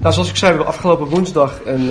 Nou, zoals ik zei, we hebben afgelopen woensdag een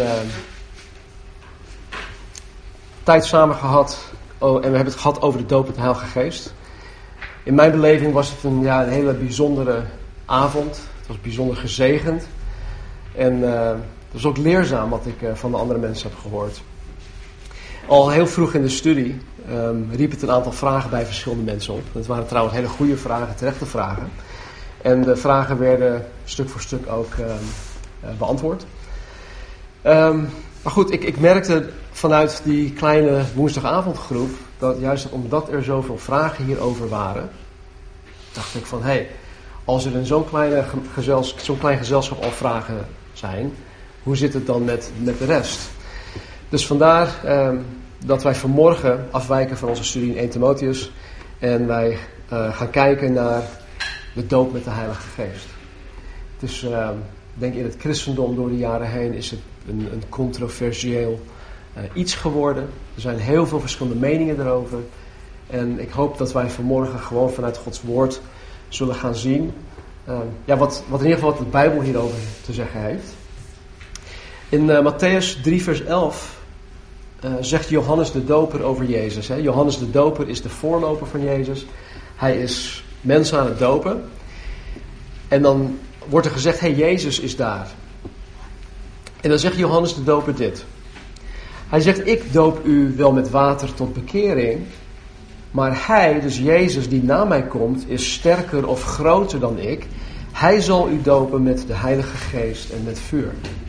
tijd samen gehad. En we hebben het gehad over de doop met de Heilige Geest. In mijn beleving was het een hele bijzondere avond. Het was bijzonder gezegend. En het was ook leerzaam wat ik van de andere mensen heb gehoord. Al heel vroeg in de studie riep het een aantal vragen bij verschillende mensen op. Dat waren trouwens hele goede vragen, terechte vragen. En de vragen werden stuk voor stuk ook beantwoord. Maar goed, ik merkte vanuit die kleine woensdagavondgroep, dat juist omdat er zoveel vragen hierover waren, dacht ik van, als er in zo'n klein gezelschap al vragen zijn, hoe zit het dan met de rest? Dus vandaar dat wij vanmorgen afwijken van onze studie in 1 Timotheus en wij gaan kijken naar de doop met de Heilige Geest. Het is, denk in het christendom door de jaren heen is het een controversieel iets geworden. Er zijn heel veel verschillende meningen erover. En ik hoop dat wij vanmorgen gewoon vanuit Gods woord zullen gaan zien wat in ieder geval de Bijbel hierover te zeggen heeft. In Mattheüs 3 vers 11 zegt Johannes de Doper over Jezus. Johannes de Doper is de voorloper van Jezus. Hij is mensen aan het dopen. En dan wordt er gezegd, Jezus is daar. En dan zegt Johannes de Doper dit. Hij zegt, ik doop u wel met water tot bekering. Maar hij, dus Jezus die na mij komt, is sterker of groter dan ik. Hij zal u dopen met de Heilige Geest en met vuur.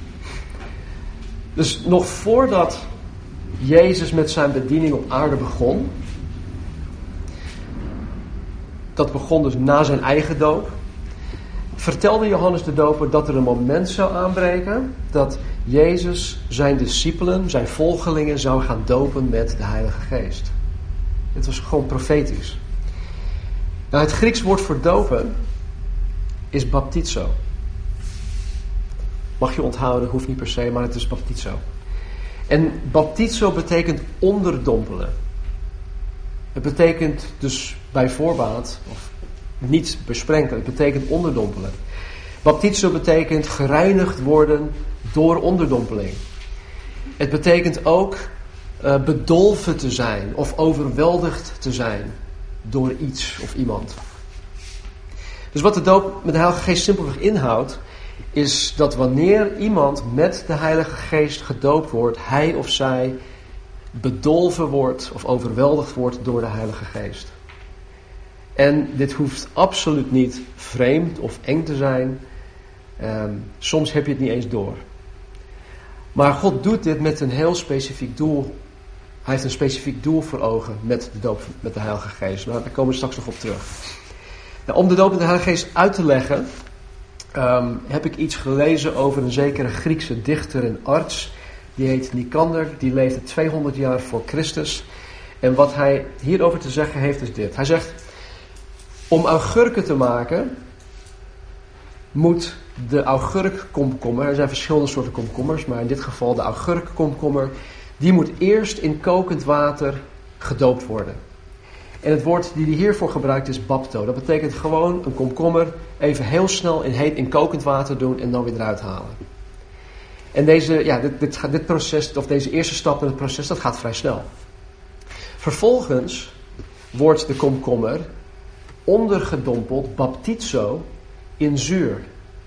Dus nog voordat Jezus met zijn bediening op aarde begon. Dat begon dus na zijn eigen doop. Vertelde Johannes de Doper dat er een moment zou aanbreken dat Jezus zijn discipelen, zijn volgelingen zou gaan dopen met de Heilige Geest. Het was gewoon profetisch. Nou, het Grieks woord voor dopen is baptizo. Mag je onthouden, hoeft niet per se, maar het is baptizo. En baptizo betekent onderdompelen. Het betekent dus bij voorbaat, of niet besprenkelen, het betekent onderdompelen. Baptizo betekent gereinigd worden door onderdompeling. Het betekent ook bedolven te zijn of overweldigd te zijn door iets of iemand. Dus wat de doop met de Heilige Geest simpelweg inhoudt, is dat wanneer iemand met de Heilige Geest gedoopt wordt, hij of zij bedolven wordt of overweldigd wordt door de Heilige Geest. En dit hoeft absoluut niet vreemd of eng te zijn. Soms heb je het niet eens door. Maar God doet dit met een heel specifiek doel. Hij heeft een specifiek doel voor ogen met de doop met de Heilige Geest. Nou, daar komen we straks nog op terug. Nou, om de doop met de Heilige Geest uit te leggen, heb ik iets gelezen over een zekere Griekse dichter en arts. Die heet Nicander, die leefde 200 jaar voor Christus. En wat hij hierover te zeggen heeft is dit. Hij zegt, om augurken te maken moet de augurkkomkommer, er zijn verschillende soorten komkommers, maar in dit geval de augurkkomkommer, die moet eerst in kokend water gedoopt worden. En het woord die hij hiervoor gebruikt is bapto. Dat betekent gewoon een komkommer even heel snel in kokend water doen en dan weer eruit halen. En dit proces, of deze eerste stap in het proces, dat gaat vrij snel. Vervolgens wordt de komkommer ondergedompeld, baptizo, in zuur.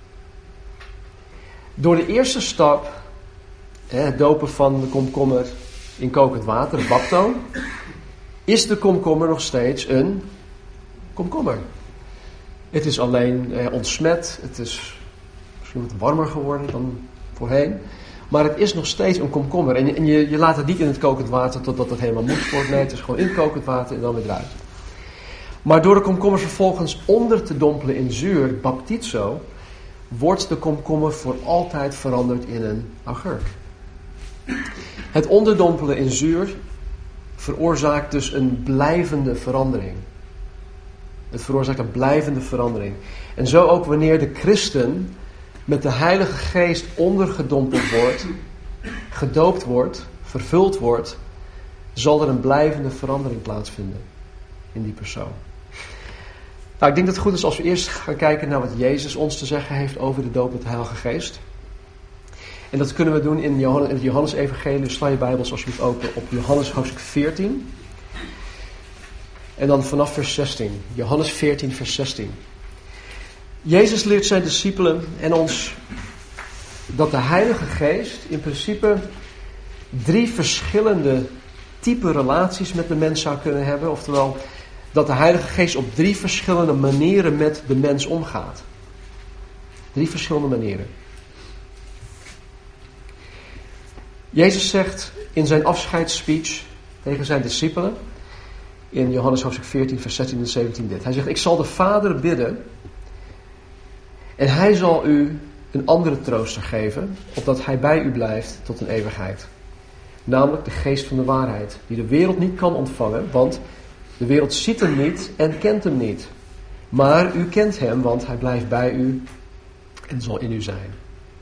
Door de eerste stap, het dopen van de komkommer in kokend water, bapto, is de komkommer nog steeds een komkommer. Het is alleen ontsmet, het is misschien wat warmer geworden dan voorheen, maar het is nog steeds een komkommer. En je laat het niet in het kokend water totdat het helemaal moe wordt. Nee, het is gewoon in kokend water en dan weer eruit. Maar door de komkommer vervolgens onder te dompelen in zuur, baptizo, wordt de komkommer voor altijd veranderd in een augurk. Het onderdompelen in zuur veroorzaakt dus een blijvende verandering. Het veroorzaakt een blijvende verandering. En zo ook wanneer de christen met de Heilige Geest ondergedompeld wordt, gedoopt wordt, vervuld wordt, zal er een blijvende verandering plaatsvinden in die persoon. Nou, ik denk dat het goed is als we eerst gaan kijken naar wat Jezus ons te zeggen heeft over de doop met de Heilige Geest. En dat kunnen we doen in het Johannes-evangelie. Dus sla je Bijbels alsjeblieft open op Johannes hoofdstuk 14. En dan vanaf vers 16. Johannes 14 vers 16. Jezus leert zijn discipelen en ons dat de Heilige Geest in principe 3 verschillende type relaties met de mens zou kunnen hebben. Oftewel, dat de Heilige Geest op 3 verschillende manieren met de mens omgaat. 3 verschillende manieren. Jezus zegt in zijn afscheidsspeech tegen zijn discipelen, in Johannes hoofdstuk 14 vers 16 en 17 dit. Hij zegt, ik zal de Vader bidden en hij zal u een andere trooster geven, opdat hij bij u blijft tot een eeuwigheid. Namelijk de geest van de waarheid, die de wereld niet kan ontvangen, want de wereld ziet hem niet en kent hem niet. Maar u kent hem, want hij blijft bij u en zal in u zijn.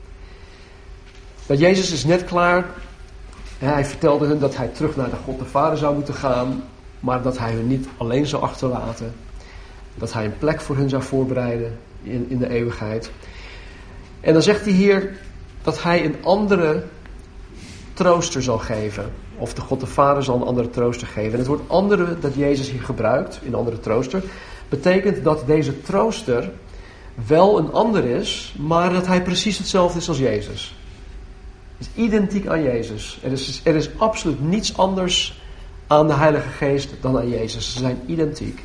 Nou, Jezus is net klaar. Hij vertelde hun dat hij terug naar de God de Vader zou moeten gaan, maar dat hij hun niet alleen zou achterlaten. Dat hij een plek voor hun zou voorbereiden in de eeuwigheid. En dan zegt hij hier dat hij een andere trooster zal geven. Of de God de Vader zal een andere trooster geven. En het woord andere dat Jezus hier gebruikt, in andere trooster, betekent dat deze trooster wel een ander is, maar dat hij precies hetzelfde is als Jezus. Het is identiek aan Jezus. Er is absoluut niets anders aan de Heilige Geest dan aan Jezus. Ze zijn identiek.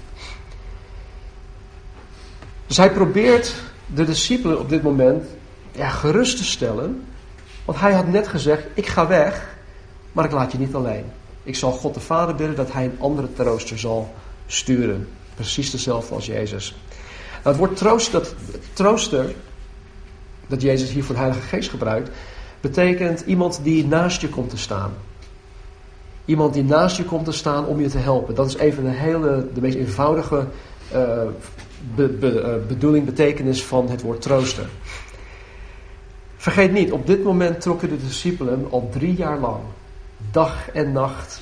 Dus hij probeert de discipelen op dit moment gerust te stellen. Want hij had net gezegd, ik ga weg, maar ik laat je niet alleen. Ik zal God de Vader bidden dat hij een andere trooster zal sturen. Precies dezelfde als Jezus. Nou, het woord trooster, dat Jezus hier voor de Heilige Geest gebruikt, betekent iemand die naast je komt te staan. Iemand die naast je komt te staan om je te helpen. Dat is even de meest eenvoudige betekenis van het woord trooster. Vergeet niet, op dit moment trokken de discipelen al 3 jaar lang, dag en nacht,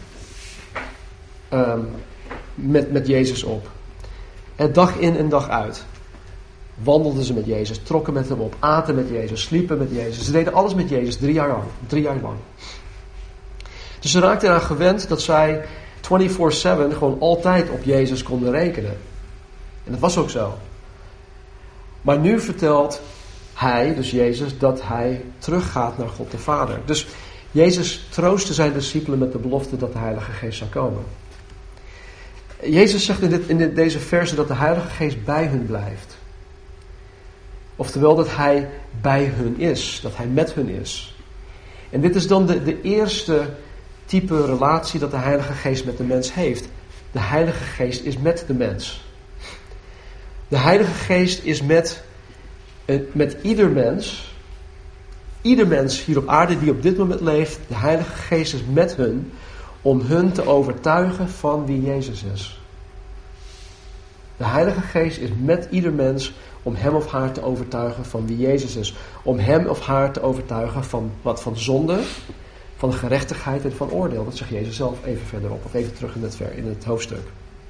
met Jezus op. En dag in en dag uit wandelden ze met Jezus, trokken met hem op, aten met Jezus, sliepen met Jezus. Ze deden alles met Jezus 3 jaar lang. 3 jaar lang. Dus ze raakten eraan gewend dat zij 24/7 gewoon altijd op Jezus konden rekenen. En dat was ook zo. Maar nu vertelt hij, dus Jezus, dat hij teruggaat naar God de Vader. Dus Jezus troostte zijn discipelen met de belofte dat de Heilige Geest zou komen. Jezus zegt in deze verse dat de Heilige Geest bij hun blijft. Oftewel dat hij bij hun is, dat hij met hun is. En dit is dan de eerste type relatie dat de Heilige Geest met de mens heeft. De Heilige Geest is met de mens. De Heilige Geest is met ieder mens. Ieder mens hier op aarde die op dit moment leeft. De Heilige Geest is met hun om hun te overtuigen van wie Jezus is. De Heilige Geest is met ieder mens om hem of haar te overtuigen van wie Jezus is. Om hem of haar te overtuigen van zonde, van gerechtigheid en van oordeel. Dat zegt Jezus zelf even verderop, of even terug in het hoofdstuk.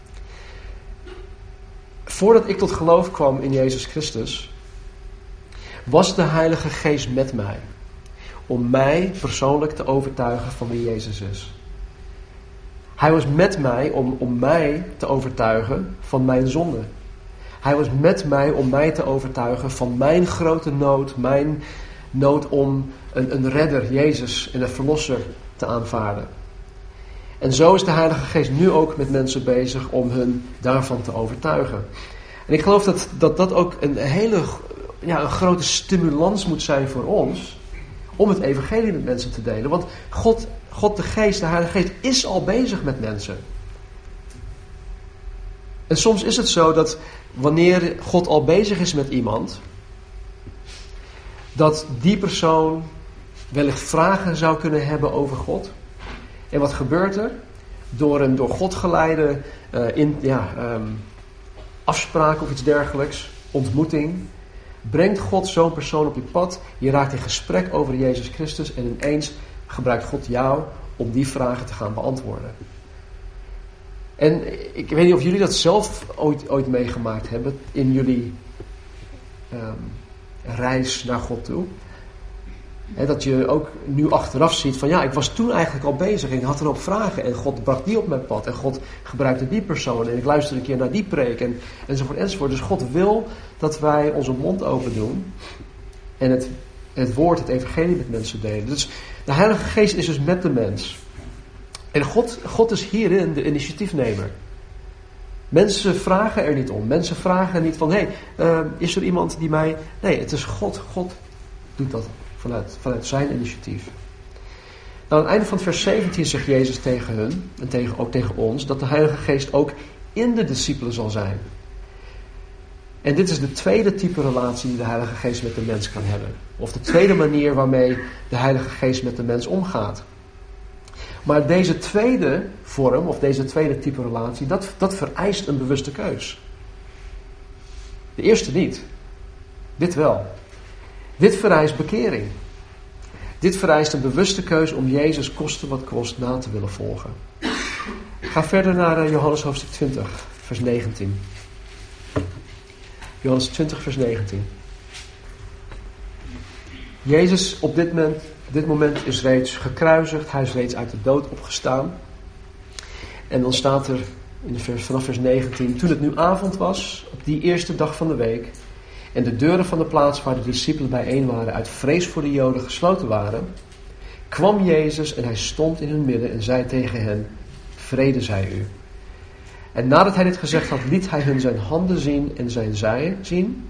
Voordat ik tot geloof kwam in Jezus Christus, was de Heilige Geest met mij. Om mij persoonlijk te overtuigen van wie Jezus is. Hij was met mij om mij te overtuigen van mijn zonde. Hij was met mij om mij te overtuigen van mijn grote nood. Mijn nood om een redder, Jezus, en een verlosser te aanvaarden. En zo is de Heilige Geest nu ook met mensen bezig om hun daarvan te overtuigen. En ik geloof dat ook een een grote stimulans moet zijn voor ons om het evangelie met mensen te delen. Want God de Geest, de Heilige Geest, is al bezig met mensen. En soms is het zo dat wanneer God al bezig is met iemand, dat die persoon wellicht vragen zou kunnen hebben over God. En wat gebeurt er? Door een door God geleide afspraak of iets dergelijks, ontmoeting, brengt God zo'n persoon op je pad. Je raakt in gesprek over Jezus Christus en ineens gebruikt God jou om die vragen te gaan beantwoorden. En ik weet niet of jullie dat zelf ooit meegemaakt hebben in jullie reis naar God toe. Dat je ook nu achteraf ziet van ja, ik was toen eigenlijk al bezig en ik had er ook vragen en God bracht die op mijn pad en God gebruikte die persoon en ik luisterde een keer naar die preek enzovoort enzovoort. Dus God wil dat wij onze mond open doen en het woord, het evangelie met mensen delen. Dus de Heilige Geest is dus met de mens. En God is hierin de initiatiefnemer. Mensen vragen er niet om. Mensen vragen niet van, is er iemand die mij... Nee, het is God. God doet dat vanuit zijn initiatief. Nou, aan het einde van vers 17 zegt Jezus tegen hun, en ook tegen ons, dat de Heilige Geest ook in de discipelen zal zijn. En dit is de tweede type relatie die de Heilige Geest met de mens kan hebben. Of de tweede manier waarmee de Heilige Geest met de mens omgaat. Maar deze tweede vorm, of deze tweede type relatie, dat vereist een bewuste keus. De eerste niet. Dit wel. Dit vereist bekering. Dit vereist een bewuste keus om Jezus koste wat kost na te willen volgen. Ga verder naar Johannes hoofdstuk 20, vers 19. Johannes 20, vers 19. Jezus op dit moment is reeds gekruisigd. Hij is reeds uit de dood opgestaan. En dan staat er vanaf vers 19. Toen het nu avond was, op die eerste dag van de week, en de deuren van de plaats waar de discipelen bijeen waren uit vrees voor de Joden gesloten waren, kwam Jezus en hij stond in hun midden en zei tegen hen, vrede zij u. En nadat hij dit gezegd had, liet hij hun zijn handen zien en zijn zij zien.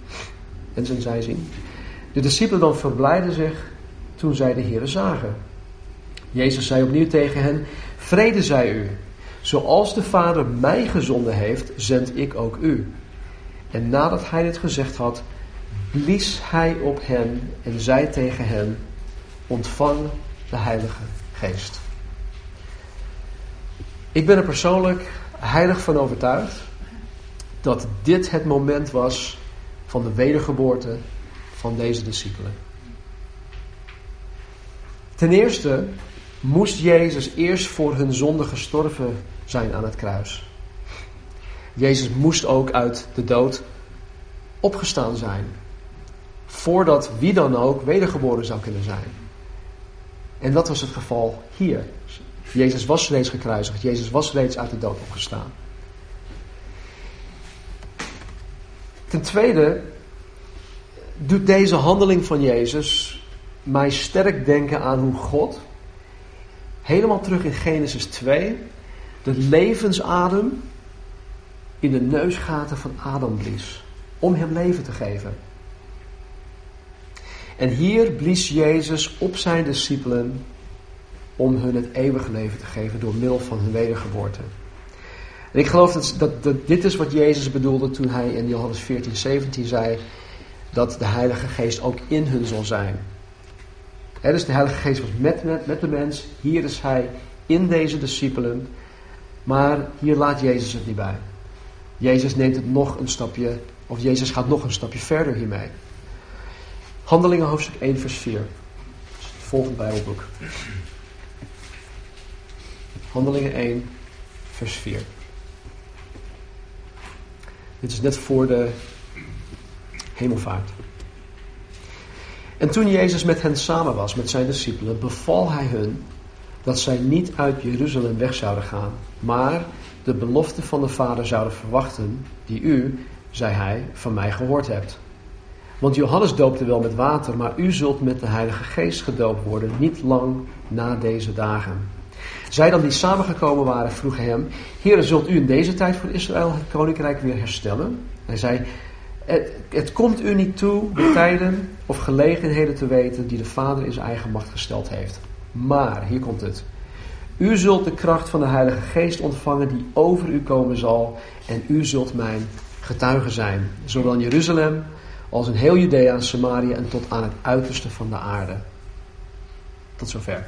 De discipelen dan verblijden zich toen zij de Heere zagen. Jezus zei opnieuw tegen hen, vrede zij u. Zoals de Vader mij gezonden heeft, zend ik ook u. En nadat hij dit gezegd had, blies hij op hen en zei tegen hen, ontvang de Heilige Geest. Ik ben er persoonlijk heilig van overtuigd dat dit het moment was van de wedergeboorte van deze discipelen. Ten eerste moest Jezus eerst voor hun zonde gestorven zijn aan het kruis. Jezus moest ook uit de dood opgestaan zijn. Voordat wie dan ook wedergeboren zou kunnen zijn. En dat was het geval hier. Jezus was reeds gekruisigd. Jezus was reeds uit de dood opgestaan. Ten tweede doet deze handeling van Jezus mij sterk denken aan hoe God, helemaal terug in Genesis 2, de levensadem in de neusgaten van Adam blies. Om hem leven te geven. En hier blies Jezus op zijn discipelen om hun het eeuwige leven te geven door middel van hun wedergeboorte. En ik geloof dat dit is wat Jezus bedoelde toen hij in Johannes 14, 17 zei dat de Heilige Geest ook in hun zal zijn. Dus de Heilige Geest was met de mens. Hier is hij in deze discipelen. Maar hier laat Jezus het niet bij. Jezus neemt het nog een stapje, of Jezus gaat nog een stapje verder hiermee. Handelingen hoofdstuk 1 vers 4. Het volgende Bijbelboek. Handelingen 1 vers 4. Dit is net voor de hemelvaart. En toen Jezus met hen samen was, met zijn discipelen, beval hij hun dat zij niet uit Jeruzalem weg zouden gaan, maar de belofte van de Vader zouden verwachten, die u, zei hij, van mij gehoord hebt. Want Johannes doopte wel met water, maar u zult met de Heilige Geest gedoopt worden, niet lang na deze dagen. Zij dan die samengekomen waren, vroegen hem, Heere, zult u in deze tijd voor Israël het koninkrijk weer herstellen? Hij zei, het komt u niet toe de tijden of gelegenheden te weten die de Vader in zijn eigen macht gesteld heeft. Maar, hier komt het. U zult de kracht van de Heilige Geest ontvangen die over u komen zal en u zult mijn getuige zijn. Zowel in Jeruzalem als in heel Judea, Samaria en tot aan het uiterste van de aarde. Tot zover.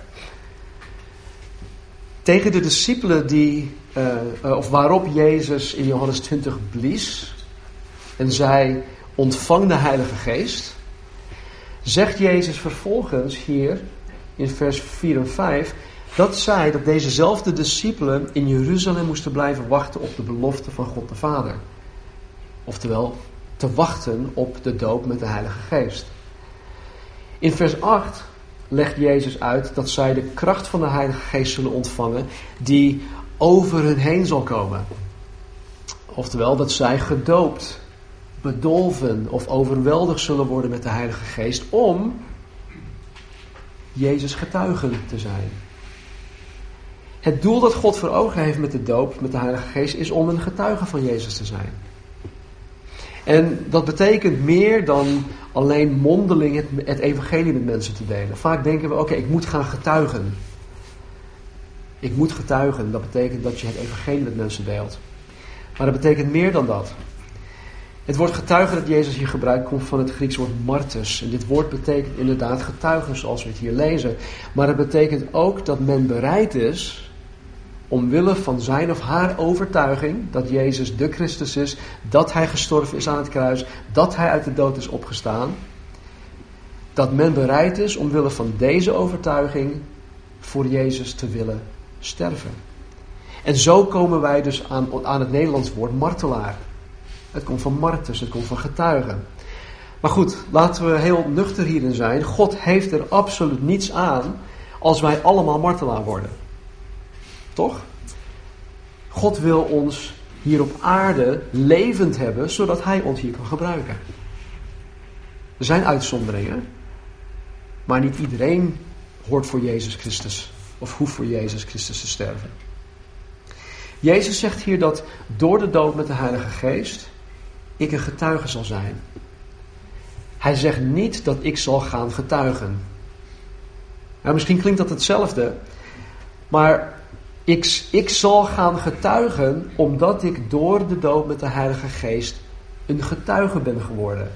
Tegen de discipelen waarop Jezus in Johannes 20 blies en zei, ontvang de Heilige Geest, zegt Jezus vervolgens hier in vers 4 en 5, dat dezezelfde discipelen in Jeruzalem moesten blijven wachten op de belofte van God de Vader. Oftewel, te wachten op de doop met de Heilige Geest. In vers 8 legt Jezus uit dat zij de kracht van de Heilige Geest zullen ontvangen die over hun heen zal komen. Oftewel dat zij gedoopt, bedolven of overweldigd zullen worden met de Heilige Geest om Jezus getuigen te zijn. Het doel dat God voor ogen heeft met de doop, met de Heilige Geest, is om een getuige van Jezus te zijn. En dat betekent meer dan alleen mondeling het evangelie met mensen te delen. Vaak denken we, oké, ik moet gaan getuigen. Ik moet getuigen, dat betekent dat je het evangelie met mensen deelt. Maar dat betekent meer dan dat. Het woord getuigen dat Jezus hier gebruikt komt van het Grieks woord martus. En dit woord betekent inderdaad getuigen zoals we het hier lezen. Maar het betekent ook dat men bereid is, omwille van zijn of haar overtuiging dat Jezus de Christus is, dat hij gestorven is aan het kruis, dat hij uit de dood is opgestaan. Dat men bereid is omwille van deze overtuiging voor Jezus te willen sterven. En zo komen wij dus aan het Nederlands woord martelaar. Het komt van martus, het komt van getuigen. Maar goed, laten we heel nuchter hierin zijn. God heeft er absoluut niets aan als wij allemaal martelaar worden. Toch? God wil ons hier op aarde levend hebben, zodat hij ons hier kan gebruiken. Er zijn uitzonderingen, maar niet iedereen hoort voor Jezus Christus of hoeft voor Jezus Christus te sterven. Jezus zegt hier dat door de doop met de Heilige Geest ik een getuige zal zijn. Hij zegt niet dat ik zal gaan getuigen. Nou, misschien klinkt dat hetzelfde, maar ik zal gaan getuigen omdat ik door de doop met de Heilige Geest een getuige ben geworden.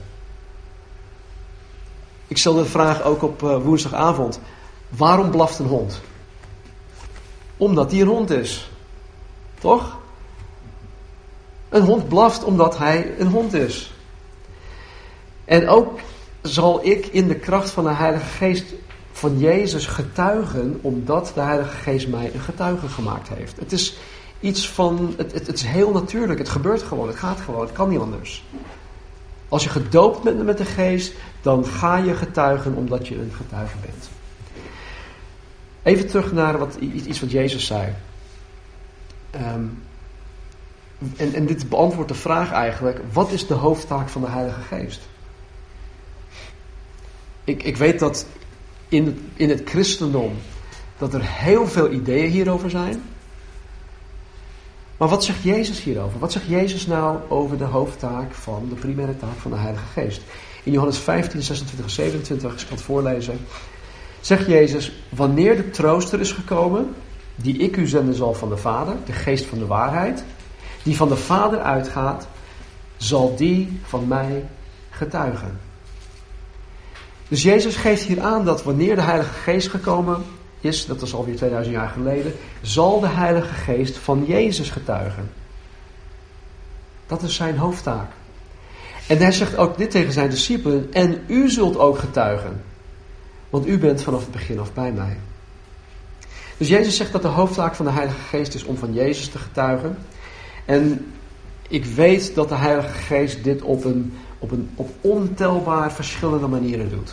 Ik stelde de vraag ook op woensdagavond. Waarom blaft een hond? Omdat hij een hond is. Toch? Een hond blaft omdat hij een hond is. En ook zal ik in de kracht van de Heilige Geest van Jezus getuigen, omdat de Heilige Geest mij een getuige gemaakt heeft. Het is iets van, het is heel natuurlijk, het gebeurt gewoon, het gaat gewoon, het kan niet anders. Als je gedoopt bent met de Geest, dan ga je getuigen omdat je een getuige bent. Even terug naar iets wat Jezus zei. En dit beantwoordt de vraag eigenlijk, wat is de hoofdtaak van de Heilige Geest? Ik weet dat in het christendom dat er heel veel ideeën hierover zijn. Maar wat zegt Jezus hierover? Wat zegt Jezus nou over de hoofdtaak van de primaire taak van de Heilige Geest? In Johannes 15, 26, 27, als ik het voorlezen, zegt Jezus, wanneer de trooster is gekomen, die ik u zenden zal van de Vader, de Geest van de waarheid, die van de Vader uitgaat, zal die van mij getuigen. Dus Jezus geeft hier aan dat wanneer de Heilige Geest gekomen is, dat is alweer 2000 jaar geleden, zal de Heilige Geest van Jezus getuigen. Dat is zijn hoofdtaak. En hij zegt ook dit tegen zijn discipelen, en u zult ook getuigen. Want u bent vanaf het begin af bij mij. Dus Jezus zegt dat de hoofdtaak van de Heilige Geest is om van Jezus te getuigen. En ik weet dat de Heilige Geest dit op ontelbaar verschillende manieren doet.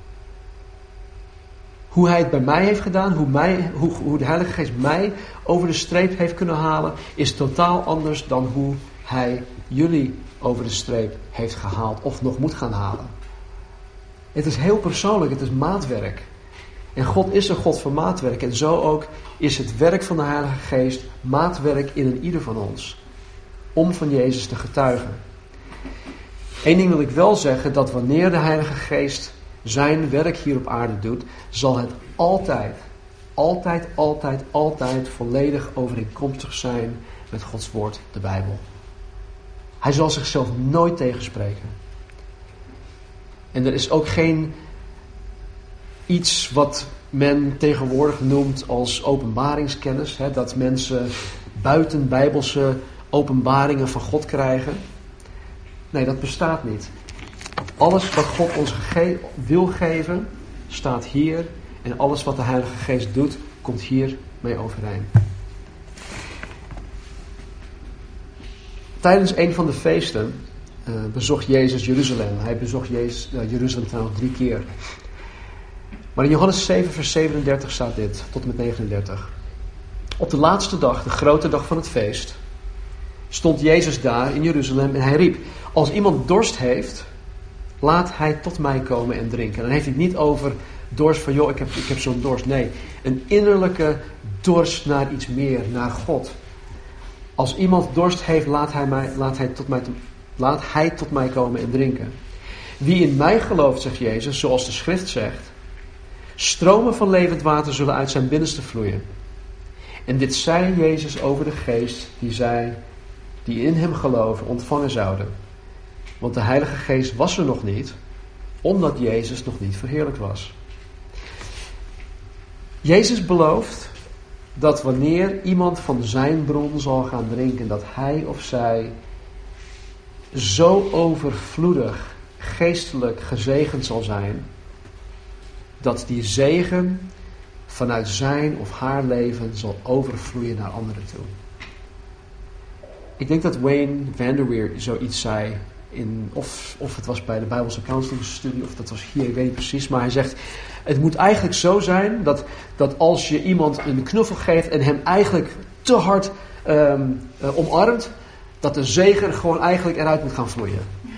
Hoe hij het bij mij heeft gedaan, hoe de Heilige Geest mij over de streep heeft kunnen halen, is totaal anders dan hoe hij jullie over de streep heeft gehaald of nog moet gaan halen. Het is heel persoonlijk, het is maatwerk. En God is een God van maatwerk. En zo ook is het werk van de Heilige Geest maatwerk in een ieder van ons. Om van Jezus te getuigen. Eén ding wil ik wel zeggen, dat wanneer de Heilige Geest zijn werk hier op aarde doet, zal het altijd volledig overeenkomstig zijn met Gods woord, de Bijbel. Hij zal zichzelf nooit tegenspreken. En er is ook geen iets wat men tegenwoordig noemt als openbaringskennis, dat mensen buiten bijbelse openbaringen van God krijgen. Nee, dat bestaat niet. Alles wat God ons wil geven, staat hier. En alles wat de Heilige Geest doet, komt hier mee overeen. Tijdens een van de feesten bezocht Jezus Jeruzalem. Hij bezocht Jeruzalem trouwens 3 keer. Maar in Johannes 7 vers 37 staat dit, tot en met 39. Op de laatste dag, de grote dag van het feest, stond Jezus daar in Jeruzalem en hij riep: als iemand dorst heeft, laat hij tot mij komen en drinken. En dan heeft hij het niet over dorst van, joh, ik heb zo'n dorst. Nee, een innerlijke dorst naar iets meer, naar God. Als iemand dorst heeft, laat hij tot mij komen en drinken. Wie in mij gelooft, zegt Jezus, zoals de schrift zegt, stromen van levend water zullen uit zijn binnenste vloeien. En dit zei Jezus over de geest die in hem geloven ontvangen zouden. Want de Heilige Geest was er nog niet, omdat Jezus nog niet verheerlijkt was. Jezus belooft dat wanneer iemand van zijn bron zal gaan drinken, dat hij of zij zo overvloedig geestelijk gezegend zal zijn, dat die zegen vanuit zijn of haar leven zal overvloeien naar anderen toe. Ik denk dat Wayne Vanderweer zoiets zei, of het was bij de Bijbelse counselingstudie, of dat was hier, ik weet niet precies, maar hij zegt, het moet eigenlijk zo zijn dat als je iemand een knuffel geeft en hem eigenlijk te hard omarmt, dat de zegen gewoon eigenlijk eruit moet gaan vloeien.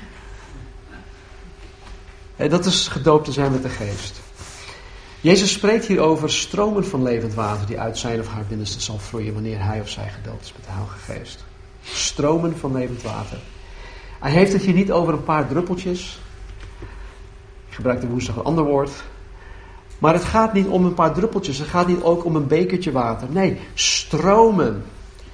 Dat is gedoopt te zijn met de geest. Jezus spreekt hier over stromen van levend water die uit zijn of haar binnenste zal vloeien wanneer hij of zij gedoopt is met de Heilige Geest. Stromen van levend water. Hij heeft het hier niet over een paar druppeltjes. Ik gebruikte woensdag een ander woord. Maar het gaat niet om een paar druppeltjes. Het gaat niet ook om een bekertje water. Nee, stromen.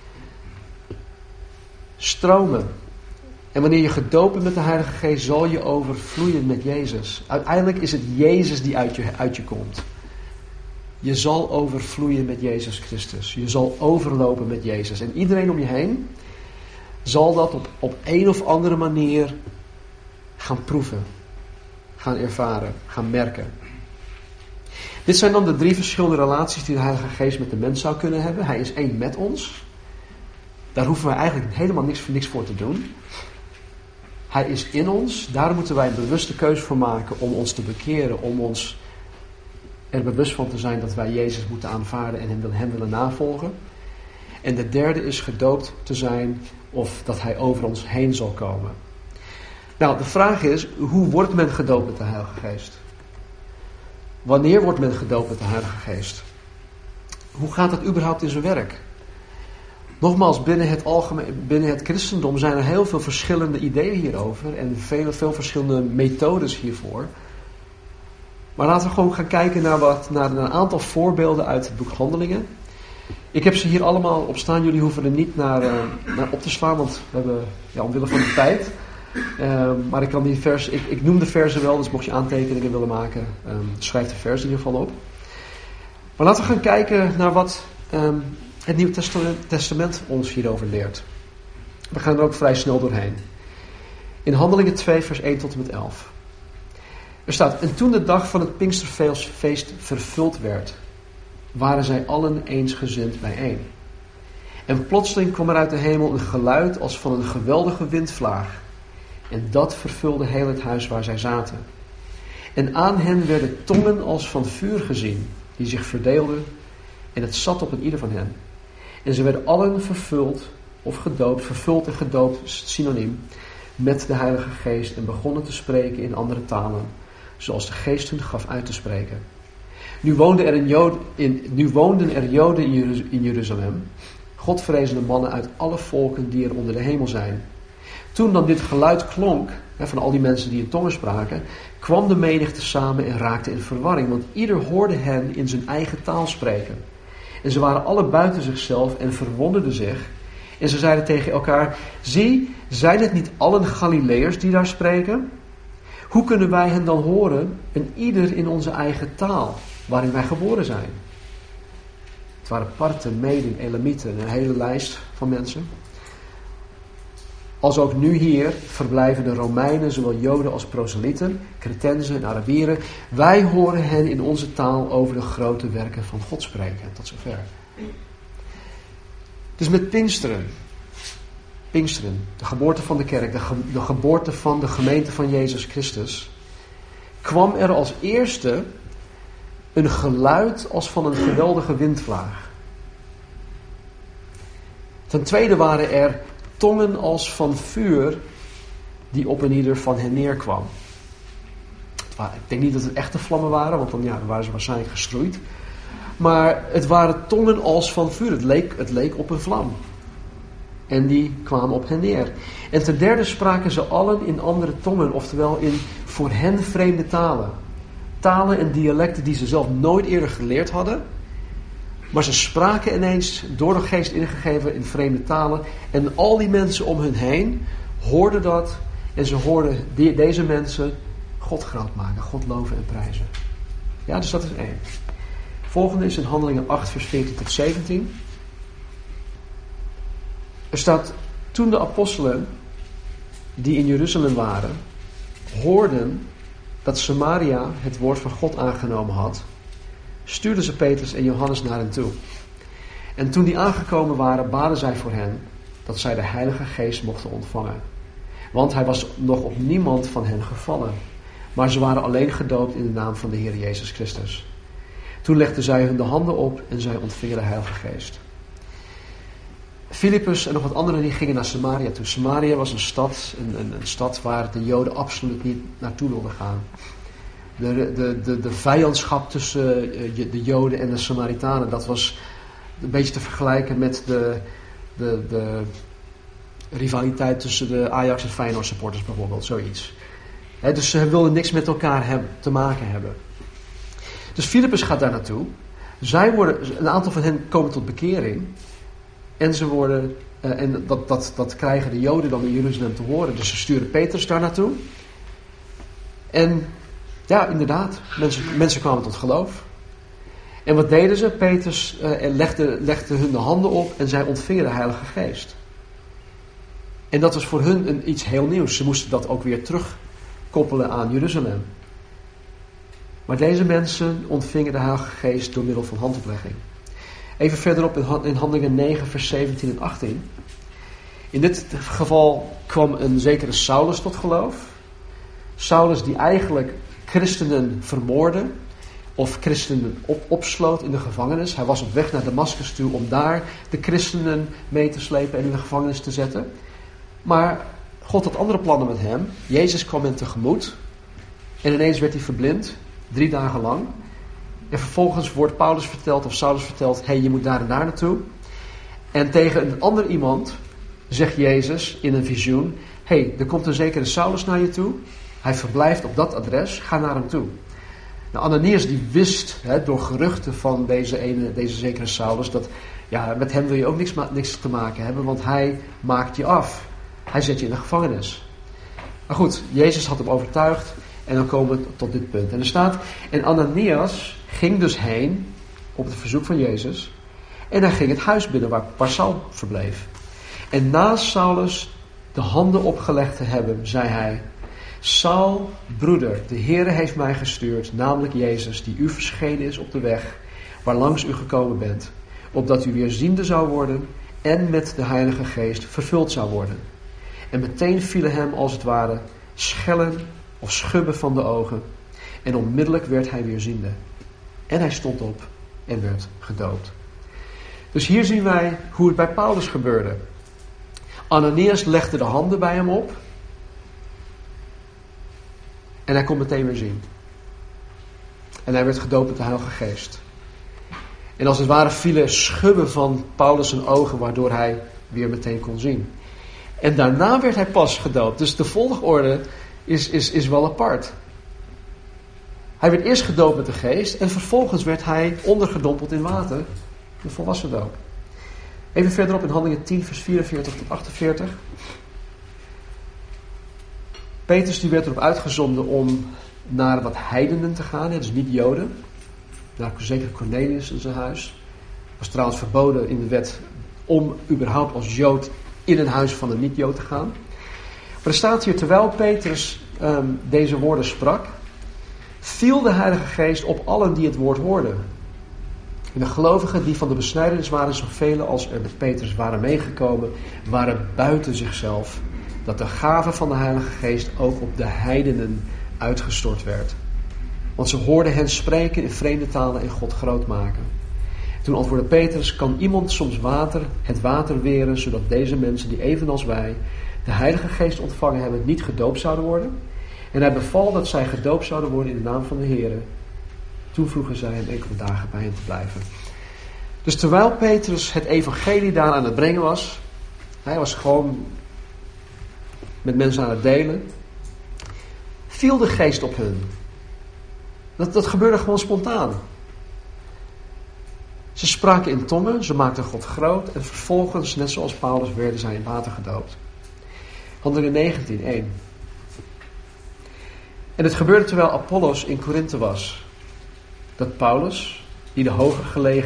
Stromen. En wanneer je gedoopt bent met de Heilige Geest, zal je overvloeien met Jezus. Uiteindelijk is het Jezus die uit je komt. Je zal overvloeien met Jezus Christus. Je zal overlopen met Jezus. En iedereen om je heen zal dat op een of andere manier gaan proeven. Gaan ervaren. Gaan merken. Dit zijn dan de 3 verschillende relaties die de Heilige Geest met de mens zou kunnen hebben. Hij is één met ons. Daar hoeven wij eigenlijk helemaal niks voor te doen. Hij is in ons. Daar moeten wij een bewuste keuze voor maken om ons te bekeren. Om ons er bewust van te zijn dat wij Jezus moeten aanvaarden en hem willen navolgen. En de derde is gedoopt te zijn of dat hij over ons heen zal komen. Nou, de vraag is, hoe wordt men gedoopt met de Heilige Geest? Wanneer wordt men gedoopt met de Heilige Geest? Hoe gaat dat überhaupt in zijn werk? Nogmaals, binnen het christendom zijn er heel veel verschillende ideeën hierover en veel verschillende methodes hiervoor. Maar laten we gewoon gaan kijken naar een aantal voorbeelden uit het boek Handelingen. Ik heb ze hier allemaal op staan. Jullie hoeven er niet naar op te slaan, want we hebben omwille van de tijd. Maar ik kan ik noem de versen wel, dus mocht je aantekeningen willen maken, schrijf de vers in ieder geval op. Maar laten we gaan kijken naar wat het Nieuwe Testament ons hierover leert. We gaan er ook vrij snel doorheen. In Handelingen 2 vers 1 tot en met 11. Er staat: en toen de dag van het Pinksterfeest vervuld werd, waren zij allen eensgezind bijeen. En plotseling kwam er uit de hemel een geluid als van een geweldige windvlaag. En dat vervulde heel het huis waar zij zaten. En aan hen werden tongen als van vuur gezien, die zich verdeelden, en het zat op een ieder van hen. En ze werden allen vervuld of gedoopt, vervuld en gedoopt, is het synoniem, met de Heilige Geest en begonnen te spreken in andere talen, zoals de Geest hun gaf uit te spreken. Nu woonden er Joden in Jeruzalem, Godvrezende mannen uit alle volken die er onder de hemel zijn. Toen dan dit geluid klonk, van al die mensen die in tongen spraken, kwam de menigte samen en raakte in verwarring, want ieder hoorde hen in zijn eigen taal spreken. En ze waren alle buiten zichzelf en verwonderden zich. En ze zeiden tegen elkaar: zie, zijn het niet allen Galileërs die daar spreken? Hoe kunnen wij hen dan horen, en ieder in onze eigen taal, waarin wij geboren zijn? Het waren Parten, Meden, Elamieten, een hele lijst van mensen. Als ook nu hier verblijven de Romeinen, zowel Joden als proselieten, Cretenzen en Arabieren. Wij horen hen in onze taal over de grote werken van God spreken. Tot zover. Dus met Pinksteren, de geboorte van de kerk, de geboorte van de gemeente van Jezus Christus, kwam er als eerste een geluid als van een geweldige windvlaag. Ten tweede waren er tongen als van vuur die op een ieder van hen neerkwam. Ik denk niet dat het echte vlammen waren, want dan waren ze waarschijnlijk geschroeid. Maar het waren tongen als van vuur. Het leek op een vlam. En die kwamen op hen neer. En ten derde spraken ze allen in andere tongen, oftewel in voor hen vreemde talen. Talen en dialecten die ze zelf nooit eerder geleerd hadden. Maar ze spraken ineens, door de geest ingegeven, in vreemde talen. En al die mensen om hun heen hoorden dat. En ze hoorden deze mensen God groot maken, God loven en prijzen. Ja, dus dat is 1. Volgende is in Handelingen 8, vers 14 tot 17. Er staat, toen de apostelen die in Jeruzalem waren, hoorden dat Samaria het woord van God aangenomen had, stuurden ze Petrus en Johannes naar hen toe. En toen die aangekomen waren, baden zij voor hen dat zij de Heilige Geest mochten ontvangen. Want hij was nog op niemand van hen gevallen, maar ze waren alleen gedoopt in de naam van de Heer Jezus Christus. Toen legden zij hun de handen op en zij ontvingen de Heilige Geest. Filippus en nog wat anderen die gingen naar Samaria toe. Samaria was een stad waar de Joden absoluut niet naartoe wilden gaan. De vijandschap tussen de Joden en de Samaritanen, dat was een beetje te vergelijken met de rivaliteit tussen de Ajax en Feyenoord supporters bijvoorbeeld, zoiets. Dus ze wilden niks met elkaar te maken hebben. Dus Filippus gaat daar naartoe. Een aantal van hen komen tot bekering. En ze worden, en dat krijgen de Joden dan in Jeruzalem te horen. Dus ze sturen Petrus daar naartoe. En ja, inderdaad, mensen kwamen tot geloof. En wat deden ze? Petrus legde hun de handen op en zij ontvingen de Heilige Geest. En dat was voor hun iets heel nieuws. Ze moesten dat ook weer terugkoppelen aan Jeruzalem. Maar deze mensen ontvingen de Heilige Geest door middel van handoplegging. Even verderop in Handelingen 9, vers 17 en 18. In dit geval kwam een zekere Saulus tot geloof. Saulus die eigenlijk christenen vermoordde of christenen opsloot in de gevangenis. Hij was op weg naar Damascus toe om daar de christenen mee te slepen en in de gevangenis te zetten. Maar God had andere plannen met hem. Jezus kwam hem tegemoet. En ineens werd hij verblind. 3 dagen lang. En vervolgens wordt Paulus verteld of Saulus verteld, hey, je moet daar en daar naartoe. En tegen een ander iemand zegt Jezus in een visioen, hey, er komt een zekere Saulus naar je toe. Hij verblijft op dat adres, ga naar hem toe. Nou, Ananias die wist door geruchten van deze zekere Saulus dat ja, met hem wil je ook niks te maken hebben, want hij maakt je af. Hij zet je in de gevangenis. Maar goed, Jezus had hem overtuigd. En dan komen we tot dit punt. En er staat, en Ananias ging dus heen op het verzoek van Jezus. En hij ging het huis binnen waar Saul verbleef. En na Saulus de handen opgelegd te hebben, zei hij, Saul, broeder, de Heere heeft mij gestuurd, namelijk Jezus, die u verschenen is op de weg, waarlangs u gekomen bent, opdat u weer ziende zou worden en met de Heilige Geest vervuld zou worden. En meteen vielen hem als het ware schellen of schubben van de ogen. En onmiddellijk werd hij weer ziende. En hij stond op en werd gedoopt. Dus hier zien wij hoe het bij Paulus gebeurde. Ananias legde de handen bij hem op. En hij kon meteen weer zien. En hij werd gedoopt met de Heilige Geest. En als het ware vielen schubben van Paulus zijn ogen, waardoor hij weer meteen kon zien. En daarna werd hij pas gedoopt. Dus de volgorde is wel apart. Hij werd eerst gedoopt met de geest en vervolgens werd hij ondergedompeld in water. De volwassen doop. Even verderop in Handelingen 10 vers 44 tot 48. Petrus die werd erop uitgezonden om naar wat heidenen te gaan. Dus niet Joden. Naar zeker Cornelius in zijn huis. Was trouwens verboden in de wet om überhaupt als Jood in een huis van een niet-Jood te gaan. Maar er staat hier, terwijl Petrus deze woorden sprak, viel de Heilige Geest op allen die het woord hoorden. En de gelovigen die van de besnijdenis waren, zoveel als er met Petrus waren meegekomen, waren buiten zichzelf, dat de gave van de Heilige Geest ook op de heidenen uitgestort werd. Want ze hoorden hen spreken in vreemde talen en God groot maken. Toen antwoordde Petrus, kan iemand soms het water weren, zodat deze mensen die evenals wij de Heilige Geest ontvangen hebben, niet gedoopt zouden worden? En hij beval dat zij gedoopt zouden worden in de naam van de Heer. Toen vroegen zij hem enkele dagen bij hen te blijven. Dus terwijl Petrus het evangelie daar aan het brengen was, hij was gewoon met mensen aan het delen, viel de geest op hun. Dat gebeurde gewoon spontaan. Ze spraken in tongen, ze maakten God groot en vervolgens, net zoals Paulus, werden zij in water gedoopt. Handelingen 19, 1. En het gebeurde terwijl Apollos in Korinthe was. Dat Paulus, die de hoger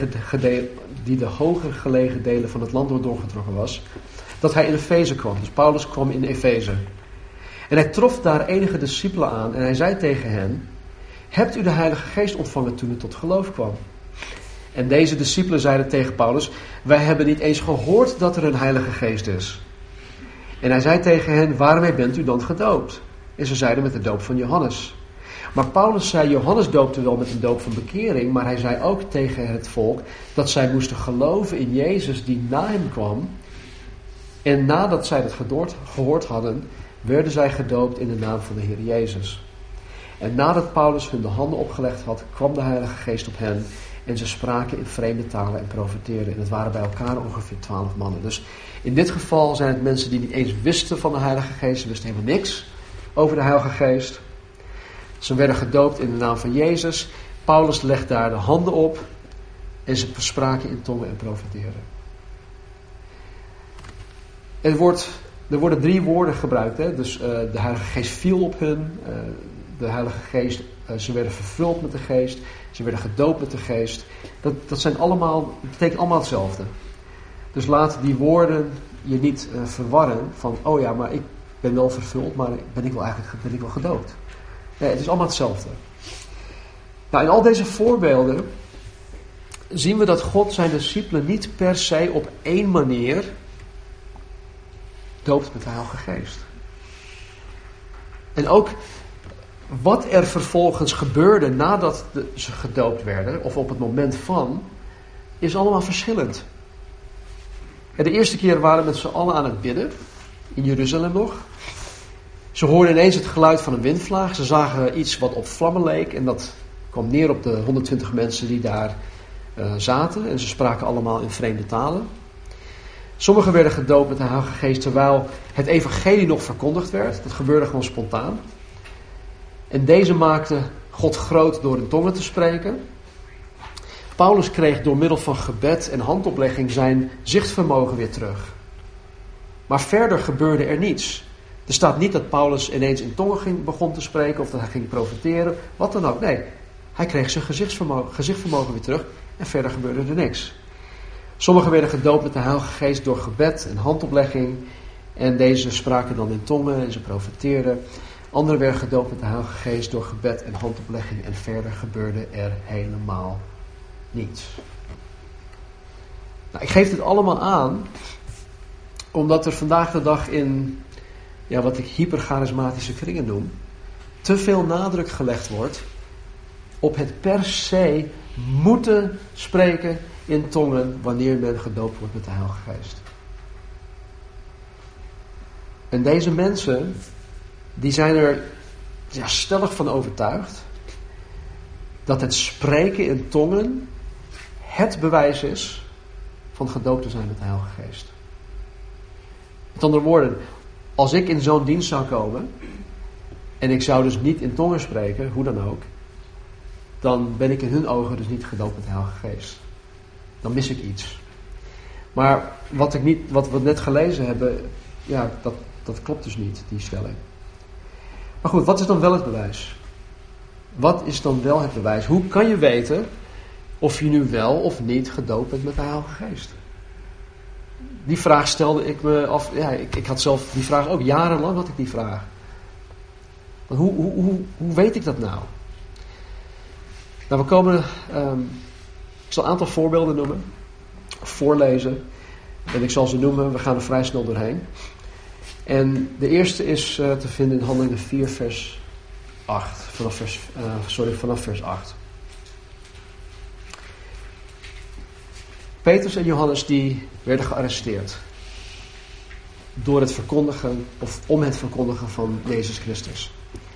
gelegen delen van het land doorgetrokken was, dat hij in Efeze kwam. Dus Paulus kwam in Efeze. En hij trof daar enige discipelen aan en hij zei tegen hen, hebt u de Heilige Geest ontvangen toen u tot geloof kwam? En deze discipelen zeiden tegen Paulus, wij hebben niet eens gehoord dat er een Heilige Geest is. En hij zei tegen hen, waarmee bent u dan gedoopt? En ze zeiden met de doop van Johannes. Maar Paulus zei, Johannes doopte wel met een doop van bekering, maar hij zei ook tegen het volk dat zij moesten geloven in Jezus die na hem kwam. En nadat zij dat gehoord hadden, werden zij gedoopt in de naam van de Heer Jezus. En nadat Paulus hun de handen opgelegd had, kwam de Heilige Geest op hen en ze spraken in vreemde talen en profeteerden. En het waren bij elkaar ongeveer 12 mannen. Dus in dit geval zijn het mensen die niet eens wisten van de Heilige Geest. Ze wisten helemaal niks over de Heilige Geest. Ze werden gedoopt in de naam van Jezus. Paulus legt daar de handen op en ze spraken in tongen en profeteerden. Er worden 3 woorden gebruikt. Hè? Dus de Heilige Geest viel op hun. De Heilige Geest, ze werden vervuld met de Geest. Ze werden gedoopt met de Geest. Dat betekent allemaal hetzelfde. Dus laat die woorden je niet verwarren van, oh ja, maar ik ben wel vervuld, maar ben ik wel gedoopt. Nee, het is allemaal hetzelfde. Nou, in al deze voorbeelden zien we dat God zijn discipelen niet per se op één manier doopt met de Heilige Geest. En ook wat er vervolgens gebeurde nadat ze gedoopt werden, of op het moment van, is allemaal verschillend. En de eerste keer waren met z'n allen aan het bidden, in Jeruzalem nog. Ze hoorden ineens het geluid van een windvlaag. Ze zagen iets wat op vlammen leek. En dat kwam neer op de 120 mensen die daar zaten. En ze spraken allemaal in vreemde talen. Sommigen werden gedoopt met de Heilige Geest terwijl het evangelie nog verkondigd werd. Dat gebeurde gewoon spontaan. En deze maakte God groot door in tongen te spreken. Paulus kreeg door middel van gebed en handoplegging zijn zichtvermogen weer terug. Maar verder gebeurde er niets. Er staat niet dat Paulus ineens in tongen begon te spreken of dat hij ging profeteren, wat dan ook. Nee, hij kreeg zijn gezichtvermogen weer terug en verder gebeurde er niks. Sommigen werden gedoopt met de Heilige Geest door gebed en handoplegging en deze spraken dan in tongen en ze profeteerden. Anderen werden gedoopt met de Heilige Geest door gebed en handoplegging en verder gebeurde er helemaal niets. Nou, ik geef dit allemaal aan omdat er vandaag de dag in wat ik hypercharismatische kringen noem, te veel nadruk gelegd wordt op het per se moeten spreken in tongen wanneer men gedoopt wordt met de Heilige Geest. En deze mensen, die zijn er stellig van overtuigd dat het spreken in tongen het bewijs is van gedoopt te zijn met de Heilige Geest. Met andere woorden, als ik in zo'n dienst zou komen en ik zou dus niet in tongen spreken, hoe dan ook, dan ben ik in hun ogen dus niet gedoopt met de Heilige Geest. Dan mis ik iets. Maar wat we net gelezen hebben, dat klopt dus niet, die stelling. Maar goed, wat is dan wel het bewijs? Wat is dan wel het bewijs? Hoe kan je weten of je nu wel of niet gedoopt bent met de Heilige Geest? Die vraag stelde ik me af. Ja, ik had zelf die vraag ook. Jarenlang had ik die vraag. Maar hoe weet ik dat nou? Nou, we komen... ik zal een aantal voorbeelden noemen. Voorlezen. En ik zal ze noemen. We gaan er vrij snel doorheen. En de eerste is te vinden in Handelingen 4 vers vanaf vers 8. Petrus en Johannes die werden gearresteerd door het verkondigen of om het verkondigen van Jezus Christus.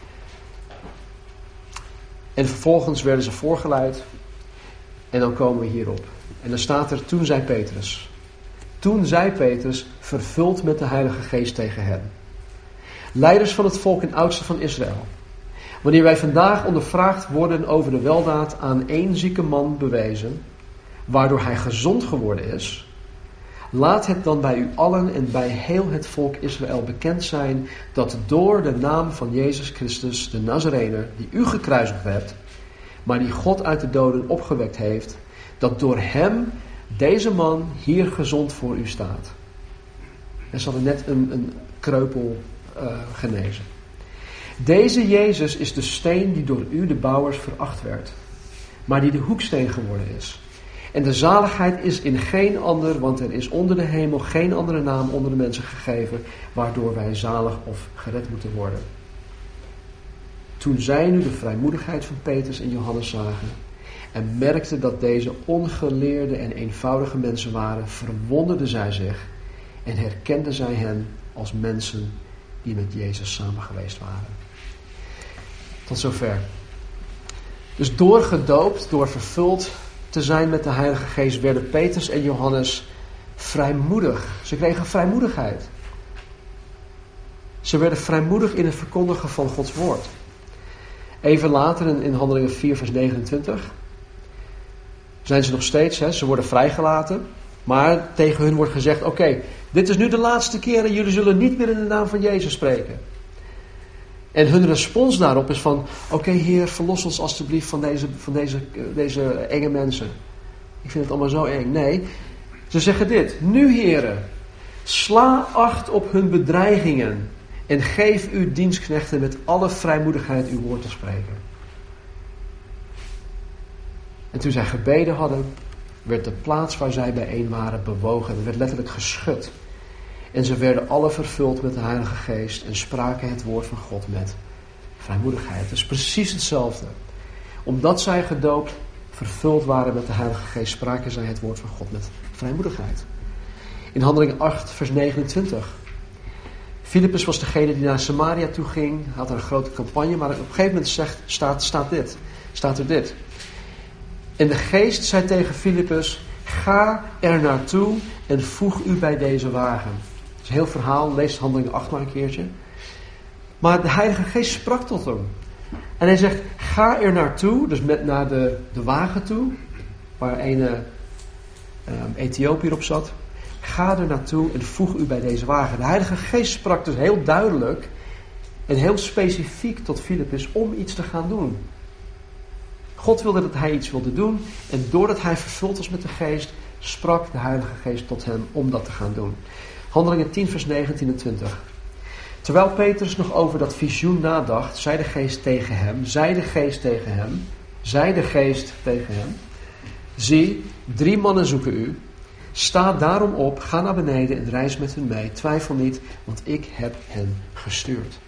En vervolgens werden ze voorgeleid en dan komen we hierop. En dan staat er, toen zei Petrus, vervuld met de Heilige Geest tegen hen: leiders van het volk en oudsten van Israël, wanneer wij vandaag ondervraagd worden over de weldaad aan één zieke man bewezen, waardoor hij gezond geworden is, laat het dan bij u allen en bij heel het volk Israël bekend zijn dat door de naam van Jezus Christus, de Nazarener, die u gekruisigd hebt, maar die God uit de doden opgewekt heeft, dat door hem deze man hier gezond voor u staat. En ze hadden net een kreupel genezen. Deze Jezus is de steen die door u, de bouwers, veracht werd, maar die de hoeksteen geworden is. En de zaligheid is in geen ander, want er is onder de hemel geen andere naam onder de mensen gegeven, waardoor wij zalig of gered moeten worden. Toen zij nu de vrijmoedigheid van Petrus en Johannes zagen en merkten dat deze ongeleerde en eenvoudige mensen waren, verwonderden zij zich en herkenden zij hen als mensen die met Jezus samen geweest waren. Tot zover. Dus door gedoopt, door vervuld te zijn met de Heilige Geest, werden Petrus en Johannes vrijmoedig. Ze kregen vrijmoedigheid. Ze werden vrijmoedig in het verkondigen van Gods woord. Even later in Handelingen 4 vers 29 zijn ze nog steeds, ze worden vrijgelaten, maar tegen hun wordt gezegd, oké, dit is nu de laatste keer en jullie zullen niet meer in de naam van Jezus spreken. En hun respons daarop is van, oké, Heer, verlos ons alstublieft van deze enge mensen. Ik vind het allemaal zo eng. Nee, ze zeggen dit: nu, Heere, sla acht op hun bedreigingen en geef uw dienstknechten met alle vrijmoedigheid uw woord te spreken. En toen zij gebeden hadden, werd de plaats waar zij bijeen waren bewogen. Er werd letterlijk geschud. En ze werden alle vervuld met de Heilige Geest en spraken het woord van God met vrijmoedigheid. Het is precies hetzelfde. Omdat zij gedoopt vervuld waren met de Heilige Geest, spraken zij het woord van God met vrijmoedigheid. In Handelingen 8 vers 29. Filippus was degene die naar Samaria toe ging. Hij had een grote campagne, maar op een gegeven moment staat er dit. En de Geest zei tegen Filippus: ga er naartoe en voeg u bij deze wagen. Het is een heel verhaal, lees Handelingen 8 maar een keertje. Maar de Heilige Geest sprak tot hem. En hij zegt: ga er naartoe, dus naar de wagen toe, waar een Ethiopiër op zat. Ga er naartoe en voeg u bij deze wagen. De Heilige Geest sprak dus heel duidelijk en heel specifiek tot Filippus om iets te gaan doen. God wilde dat hij iets wilde doen. En doordat hij vervuld was met de Geest, sprak de Heilige Geest tot hem om dat te gaan doen. Handelingen 10 vers 19 en 20. Terwijl Petrus nog over dat visioen nadacht, zei de Geest tegen hem. Zie, 3 mannen zoeken u. Sta daarom op, ga naar beneden en reis met hen mee. Twijfel niet, want ik heb hen gestuurd.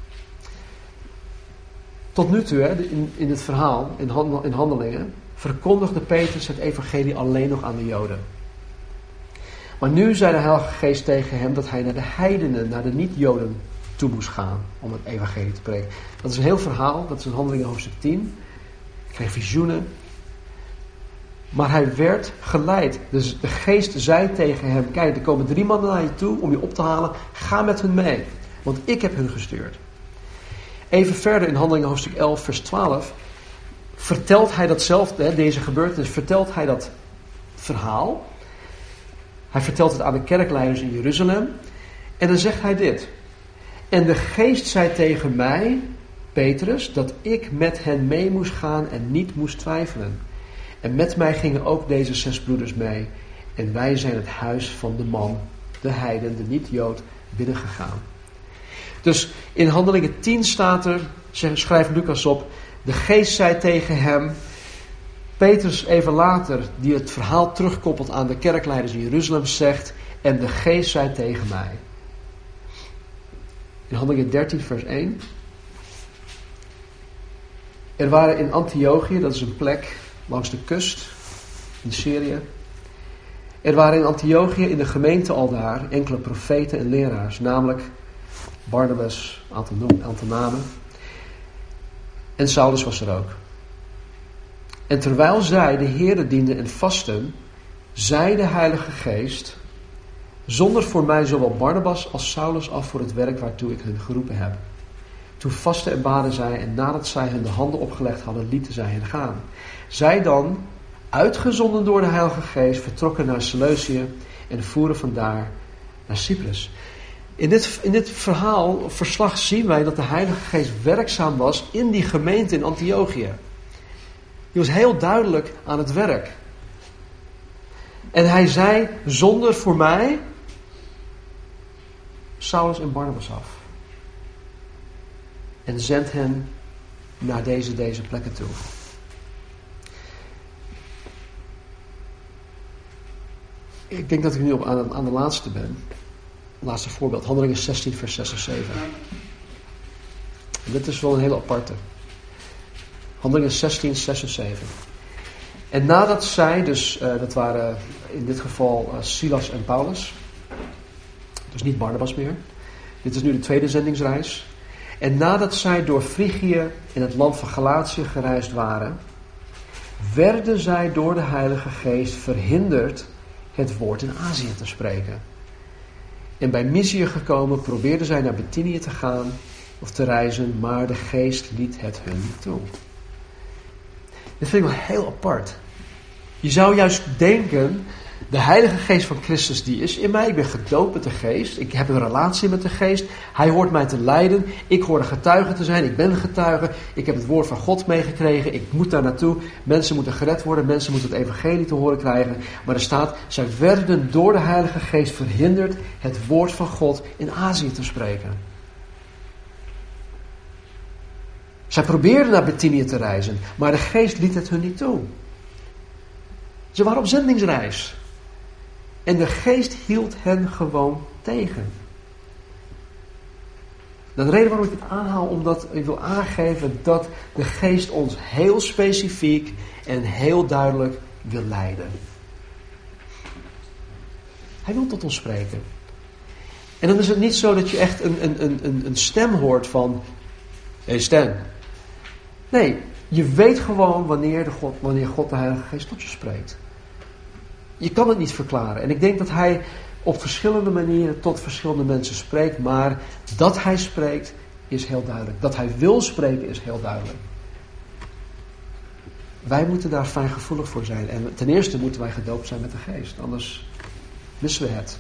Tot nu toe, in het verhaal, in Handelingen, verkondigde Petrus het evangelie alleen nog aan de Joden. Maar nu zei de Heilige Geest tegen hem dat hij naar de heidenen, naar de niet-Joden toe moest gaan om het evangelie te preken. Dat is een heel verhaal, dat is in Handelingen hoofdstuk 10. Hij kreeg visioenen. Maar hij werd geleid. Dus de Geest zei tegen hem: kijk, er komen 3 mannen naar je toe om je op te halen. Ga met hun mee, want ik heb hun gestuurd. Even verder in Handelingen hoofdstuk 11 vers 12 vertelt hij datzelfde, deze gebeurtenis, vertelt hij dat verhaal. Hij vertelt het aan de kerkleiders in Jeruzalem. En dan zegt hij dit: en de Geest zei tegen mij, Petrus, dat ik met hen mee moest gaan en niet moest twijfelen. En met mij gingen ook deze 6 broeders mee. En wij zijn het huis van de man, de heiden, de niet-Jood, binnengegaan. Dus in Handelingen 10 staat er, schrijft Lucas op, de Geest zei tegen hem. Petrus even later, die het verhaal terugkoppelt aan de kerkleiders in Jeruzalem, zegt: en de Geest zei tegen mij. In Handelingen 13 vers 1. Er waren in Antiochië, dat is een plek langs de kust in Syrië. Er waren in Antiochië in de gemeente aldaar enkele profeten en leraars, namelijk Barnabas, aantal namen. En Saulus was er ook. En terwijl zij de Heere dienden en vasten, zei de Heilige Geest: zonder voor mij zowel Barnabas als Saulus af voor het werk waartoe ik hun geroepen heb. Toen vasten en baden zij, en nadat zij hun de handen opgelegd hadden, lieten zij hen gaan. Zij dan, uitgezonden door de Heilige Geest, vertrokken naar Seleucië en voeren vandaar naar Cyprus. In dit verslag zien wij dat de Heilige Geest werkzaam was in die gemeente in Antiochië. Die was heel duidelijk aan het werk. En hij zei: zonder voor mij Saulus en Barnabas af. En zend hen naar deze plekken toe. Ik denk dat ik nu aan de laatste ben. Laatste voorbeeld. Handelingen 16 vers 6 en 7. En dit is wel een hele aparte. Handelingen 16, 6 en 7. En nadat zij, dus dat waren in dit geval Silas en Paulus. Dus niet Barnabas meer. Dit is nu de tweede zendingsreis. En nadat zij door Frigië in het land van Galatië gereisd waren, werden zij door de Heilige Geest verhinderd het woord in Azië te spreken. En bij Mysië gekomen probeerden zij naar Bithynië te gaan of te reizen, maar de Geest liet het hun niet toe. Dit vind ik wel heel apart. Je zou juist denken, de Heilige Geest van Christus die is in mij. Ik ben gedoopt met de Geest. Ik heb een relatie met de Geest. Hij hoort mij te leiden. Ik hoor een getuige te zijn. Ik ben een getuige. Ik heb het woord van God meegekregen. Ik moet daar naartoe. Mensen moeten gered worden. Mensen moeten het evangelie te horen krijgen. Maar er staat, zij werden door de Heilige Geest verhinderd het woord van God in Azië te spreken. Zij probeerden naar Bithynië te reizen, maar de Geest liet het hun niet toe. Ze waren op zendingsreis. En de Geest hield hen gewoon tegen. De reden waarom ik het aanhaal, omdat ik wil aangeven dat de Geest ons heel specifiek en heel duidelijk wil leiden. Hij wil tot ons spreken. En dan is het niet zo dat je echt een stem hoort van: hé Stan. Nee, je weet gewoon wanneer God de Heilige Geest tot je spreekt. Je kan het niet verklaren. En ik denk dat hij op verschillende manieren tot verschillende mensen spreekt. Maar dat hij spreekt is heel duidelijk. Dat hij wil spreken is heel duidelijk. Wij moeten daar fijngevoelig voor zijn. En ten eerste moeten wij gedoopt zijn met de Geest. Anders missen we het.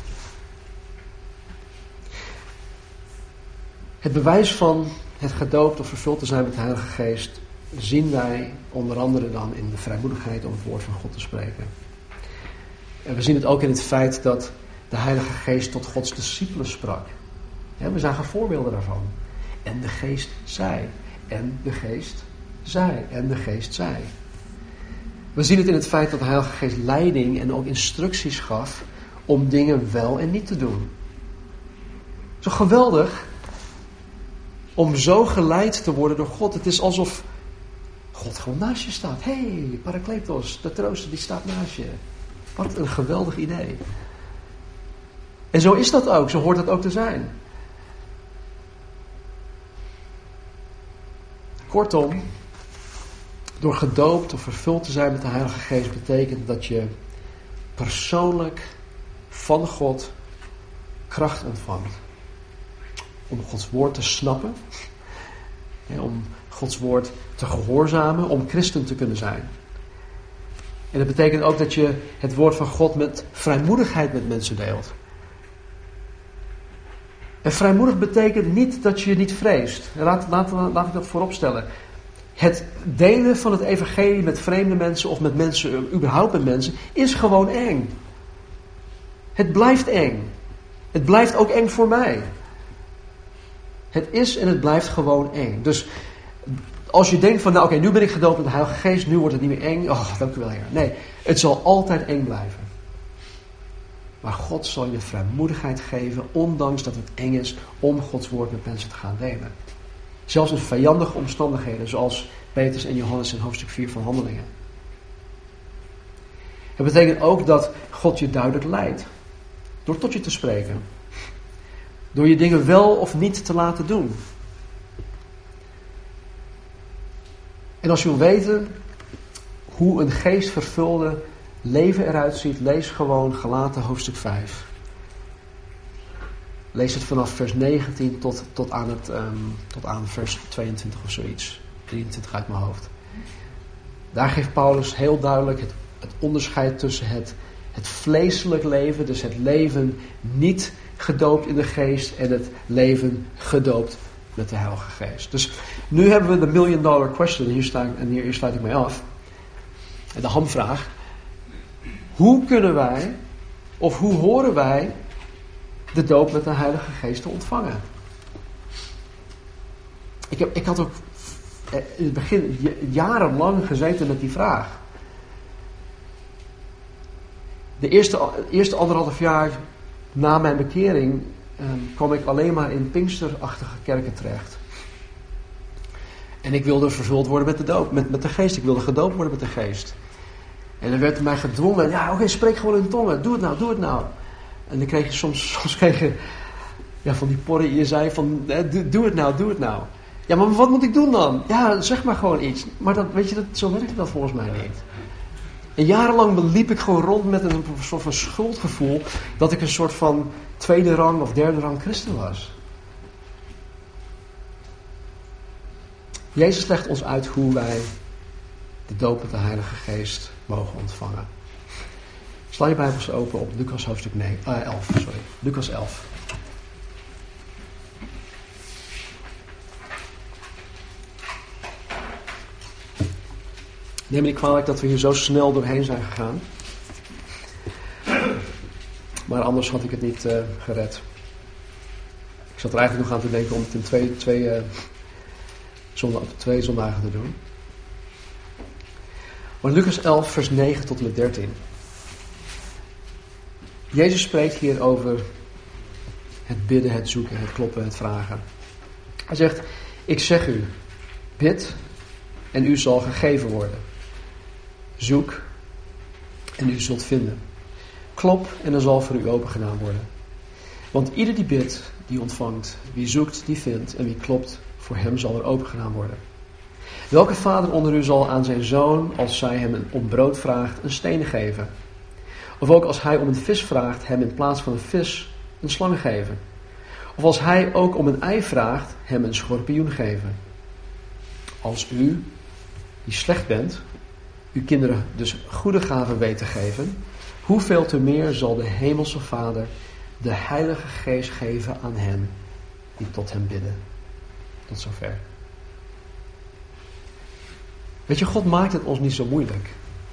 Het bewijs van het gedoopt of vervuld te zijn met de Heilige Geest zien wij onder andere dan in de vrijmoedigheid om het woord van God te spreken. En we zien het ook in het feit dat de Heilige Geest tot Gods discipelen sprak. We zagen voorbeelden daarvan. En de Geest zei. En de Geest zei. En de Geest zei. We zien het in het feit dat de Heilige Geest leiding en ook instructies gaf om dingen wel en niet te doen. Zo geweldig om zo geleid te worden door God. Het is alsof God gewoon naast je staat. Hé, Parakletos, de trooster die staat naast je. Wat een geweldig idee. En zo is dat ook. Zo hoort dat ook te zijn. Kortom, door gedoopt of vervuld te zijn met de Heilige Geest betekent dat je persoonlijk van God kracht ontvangt. Om Gods woord te snappen. Om Gods woord te gehoorzamen. Om christen te kunnen zijn. En dat betekent ook dat je het woord van God met vrijmoedigheid met mensen deelt. En vrijmoedig betekent niet dat je je niet vreest. Laat ik dat voorop stellen. Het delen van het evangelie met vreemde mensen of met mensen, überhaupt met mensen, is gewoon eng. Het blijft eng. Het blijft ook eng voor mij. Het is en het blijft gewoon eng. Dus als je denkt van, oké, nu ben ik gedoopt met de Heilige Geest, nu wordt het niet meer eng. Oh, dank u wel, Heer. Nee, het zal altijd eng blijven. Maar God zal je vrijmoedigheid geven, ondanks dat het eng is, om Gods woord met mensen te gaan delen. Zelfs in vijandige omstandigheden, zoals Petrus en Johannes in hoofdstuk 4 van Handelingen. Het betekent ook dat God je duidelijk leidt. Door tot je te spreken. Door je dingen wel of niet te laten doen. En als je wil weten hoe een geestvervulde leven eruit ziet, lees gewoon Galaten hoofdstuk 5. Lees het vanaf vers 19 tot aan vers 22 of zoiets. 23 uit mijn hoofd. Daar geeft Paulus heel duidelijk het onderscheid tussen het vleeselijk leven, dus het leven niet gedoopt in de geest, en het leven gedoopt met de Heilige Geest. Dus nu hebben we de $1 million question, en hier sluit ik mee af. De hamvraag. Hoe kunnen wij, of hoe horen wij de doop met de Heilige Geest te ontvangen? Ik had ook in het begin jarenlang gezeten met die vraag. De eerste 1,5 jaar na mijn bekering kwam ik alleen maar in Pinksterachtige kerken terecht. En ik wilde vervuld worden met de doop, met de geest. Ik wilde gedoopt worden met de geest. En er werd mij gedwongen, ja oké, spreek gewoon in tongen. Doe het nou. En dan kreeg je soms van die porren in je zij van, doe het nou. Ja, maar wat moet ik doen dan? Ja, zeg maar gewoon iets. Maar dat, weet je, zo werkte dat volgens mij niet. En jarenlang liep ik gewoon rond met een soort van schuldgevoel dat ik een soort van 2e rang of 3e rang christen was. Jezus legt ons uit hoe wij de doop met de Heilige Geest mogen ontvangen. Sla je Bijbels open op Lucas hoofdstuk 11. Lucas 11. Neem me niet kwalijk dat we hier zo snel doorheen zijn gegaan. Maar anders had ik het niet gered. Ik zat er eigenlijk nog aan te denken om het in twee zondagen te doen. Maar Lucas 11 vers 9 tot en met 13. Jezus spreekt hier over het bidden, het zoeken, het kloppen, het vragen. Hij zegt, ik zeg u, bid en u zal gegeven worden. Zoek en u zult vinden. Klop en er zal voor u open gedaan worden. Want ieder die bidt, die ontvangt. Wie zoekt, die vindt. En wie klopt, voor hem zal er open gedaan worden. Welke vader onder u zal aan zijn zoon, als zij hem om brood vraagt, een steen geven? Of ook als hij om een vis vraagt, hem in plaats van een vis een slang geven? Of als hij ook om een ei vraagt, hem een schorpioen geven? Als u, die slecht bent, uw kinderen dus goede gaven weet te geven, hoeveel te meer zal de hemelse Vader de Heilige Geest geven aan hen die tot hem bidden. Tot zover. Weet je, God maakt het ons niet zo moeilijk.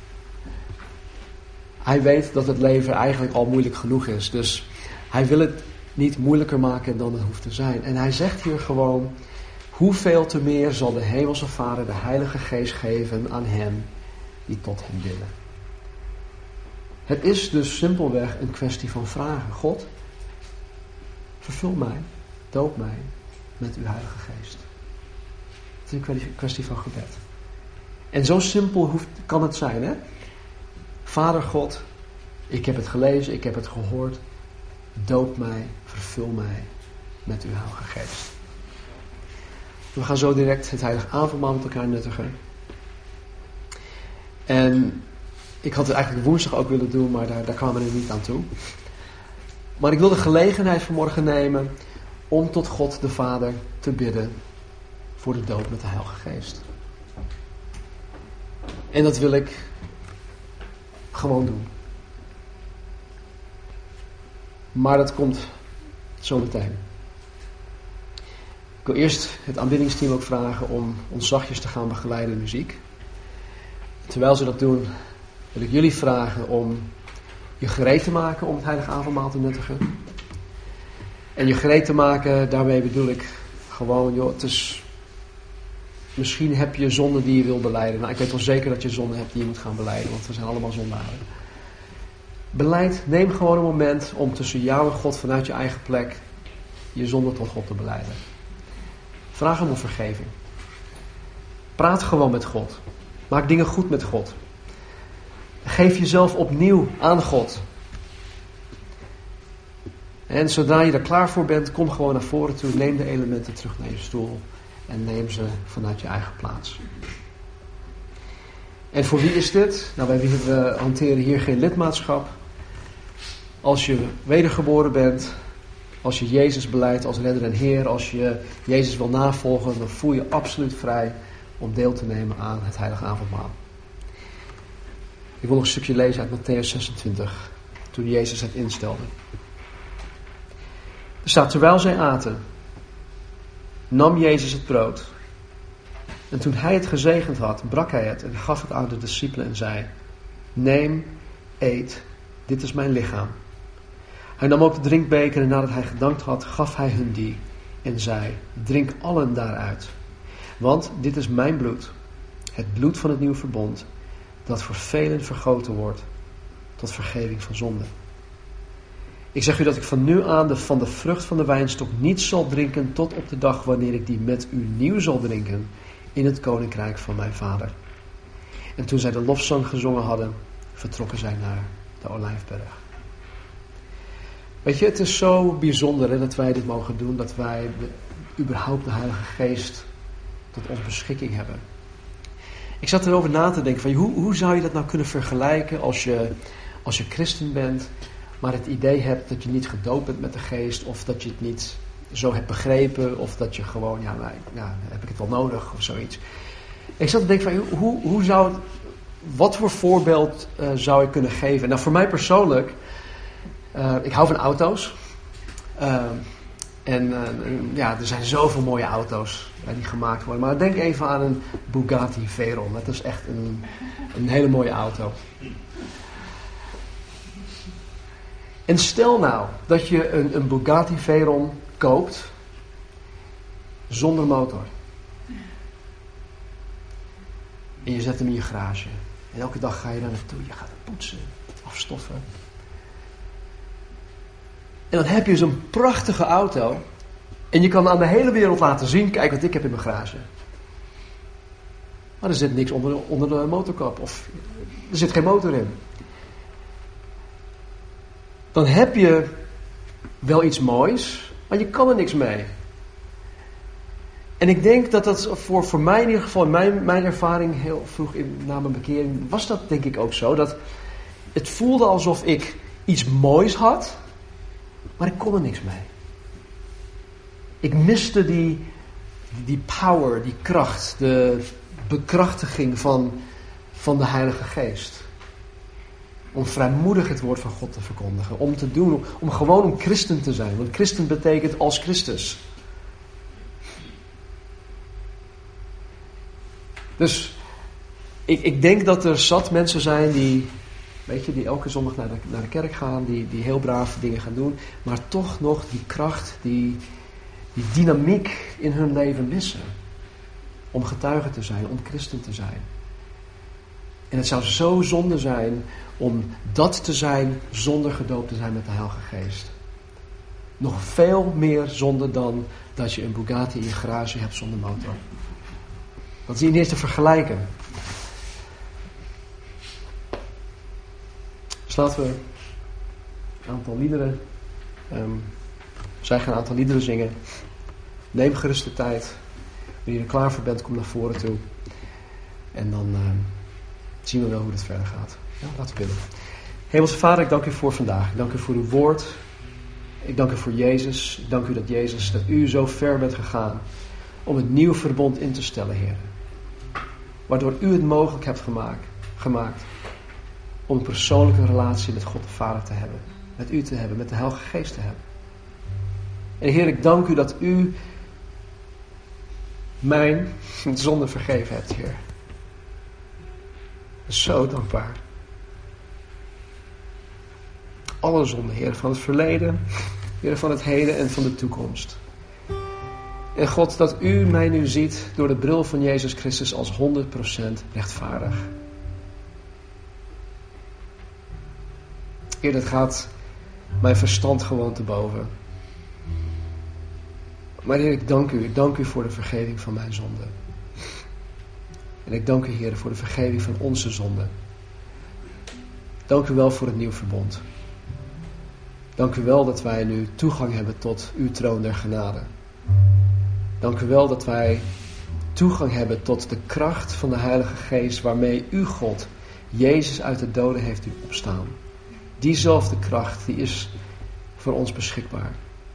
Hij weet dat het leven eigenlijk al moeilijk genoeg is. Dus hij wil het niet moeilijker maken dan het hoeft te zijn. En hij zegt hier gewoon, hoeveel te meer zal de hemelse Vader de Heilige Geest geven aan hen die tot hem bidden. Het is dus simpelweg een kwestie van vragen. God, vervul mij, doop mij met uw Heilige Geest. Het is een kwestie van gebed. En zo simpel kan het zijn, hè? Vader God, ik heb het gelezen, ik heb het gehoord. Doop mij, vervul mij met uw Heilige Geest. We gaan zo direct het heilige avondmaal met elkaar nuttigen. En ik had het eigenlijk woensdag ook willen doen, maar daar kwamen we niet aan toe. Maar ik wil de gelegenheid vanmorgen nemen om tot God de Vader te bidden voor de doop met de Heilige Geest. En dat wil ik gewoon doen. Maar dat komt zo meteen. Ik wil eerst het aanbiddingsteam ook vragen om ons zachtjes te gaan begeleiden in muziek. Terwijl ze dat doen, wil ik jullie vragen om je gereed te maken om het heilige avondmaal te nuttigen. En je gereed te maken, daarmee bedoel ik gewoon, joh, het is... Misschien heb je zonden die je wil belijden. Nou, ik weet wel zeker dat je zonden hebt die je moet gaan belijden, want we zijn allemaal zondaren. Beleid, neem gewoon een moment om tussen jou en God vanuit je eigen plek je zonde tot God te belijden. Vraag hem om vergeving. Praat gewoon met God. Maak dingen goed met God. Geef jezelf opnieuw aan God. En zodra je er klaar voor bent, kom gewoon naar voren toe. Neem de elementen terug naar je stoel. En neem ze vanuit je eigen plaats. En voor wie is dit? Nou, we hanteren hier geen lidmaatschap. Als je wedergeboren bent, als je Jezus belijdt als redder en Heer, als je Jezus wil navolgen, dan voel je absoluut vrij om deel te nemen aan het heilige avondmaal. Ik wil nog een stukje lezen uit Mattheüs 26, toen Jezus het instelde. Er staat, terwijl zij aten, nam Jezus het brood. En toen hij het gezegend had, brak hij het en gaf het aan de discipelen en zei, neem, eet, dit is mijn lichaam. Hij nam ook de drinkbeker en nadat hij gedankt had, gaf hij hun die en zei, drink allen daaruit. Want dit is mijn bloed, het bloed van het nieuwe verbond, dat voor velen vergoten wordt tot vergeving van zonde. Ik zeg u dat ik van nu aan van de vrucht van de wijnstok niet zal drinken tot op de dag wanneer ik die met u nieuw zal drinken in het koninkrijk van mijn vader. En toen zij de lofzang gezongen hadden, vertrokken zij naar de Olijfberg. Weet je, het is zo bijzonder hè, dat wij dit mogen doen, dat wij überhaupt de Heilige Geest tot onze beschikking hebben. Ik zat erover na te denken, van, hoe zou je dat nou kunnen vergelijken als je christen bent, maar het idee hebt dat je niet gedoopt bent met de Geest, of dat je het niet zo hebt begrepen, of dat je gewoon, heb ik het wel nodig, of zoiets. Ik zat te denken van, wat voor voorbeeld zou ik kunnen geven? Nou, voor mij persoonlijk, ik hou van auto's. Er zijn zoveel mooie auto's die gemaakt worden. Maar denk even aan een Bugatti Veyron. Dat is echt een hele mooie auto. En stel nou dat je een Bugatti Veyron koopt zonder motor. En je zet hem in je garage. En elke dag ga je daar naartoe. Je gaat hem poetsen, afstoffen. En dan heb je zo'n prachtige auto. En je kan aan de hele wereld laten zien, kijk wat ik heb in mijn garage. Maar er zit niks onder de motorkap. Of er zit geen motor in. Dan heb je wel iets moois, maar je kan er niks mee. En ik denk dat voor mij in ieder geval, in mijn ervaring heel vroeg na mijn bekering, was dat denk ik ook zo. Dat het voelde alsof ik iets moois had, maar ik kon er niks mee. Ik miste die power, die kracht, de bekrachtiging van de Heilige Geest. Om vrijmoedig het woord van God te verkondigen. Om te doen, om gewoon een christen te zijn. Want christen betekent als Christus. Dus ik denk dat er zat mensen zijn die elke zondag naar de kerk gaan. Die heel braaf dingen gaan doen. Maar toch nog die kracht, die dynamiek in hun leven missen. Om getuige te zijn, om christen te zijn. En het zou zo zonde zijn om dat te zijn zonder gedoopt te zijn met de Heilige Geest. Nog veel meer zonde dan dat je een Bugatti in je garage hebt zonder motor. Dat is niet eens te vergelijken. Dus laten we een aantal liederen. Zij gaan een aantal liederen zingen. Neem gerust de tijd. Wanneer je er klaar voor bent, kom naar voren toe. En dan zien we wel hoe het verder gaat. Ja, laten we bidden. Hemelse Vader, ik dank u voor vandaag. Ik dank u voor uw woord. Ik dank u voor Jezus. Ik dank u dat u zo ver bent gegaan om het nieuwe verbond in te stellen, Heer. Waardoor u het mogelijk hebt gemaakt om een persoonlijke relatie met God de Vader te hebben. Met u te hebben, met de Heilige Geest te hebben. En Heer, ik dank u dat u mijn zonde vergeven hebt, Heer. Zo dankbaar. Alle zonden, Heer, van het verleden, Heer, van het heden en van de toekomst. En God, dat u mij nu ziet door de bril van Jezus Christus als 100% rechtvaardig. Heer, dat gaat mijn verstand gewoon te boven. Maar Heer, ik dank u. Ik dank u voor de vergeving van mijn zonden. En ik dank u, Heer, voor de vergeving van onze zonden. Dank u wel voor het nieuw verbond. Dank u wel dat wij nu toegang hebben tot uw troon der genade. Dank u wel dat wij toegang hebben tot de kracht van de Heilige Geest waarmee u, God, Jezus uit de doden heeft doen opstaan. Diezelfde kracht, die is voor ons beschikbaar.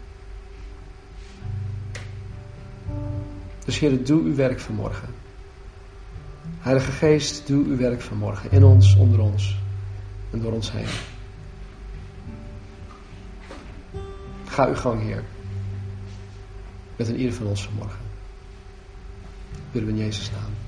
Dus Heer, doe uw werk vanmorgen. Heilige Geest, doe uw werk vanmorgen. In ons, onder ons en door ons heen. Ga uw gang, Heer. Met een ieder van ons vanmorgen. Bidden we in Jezus' naam.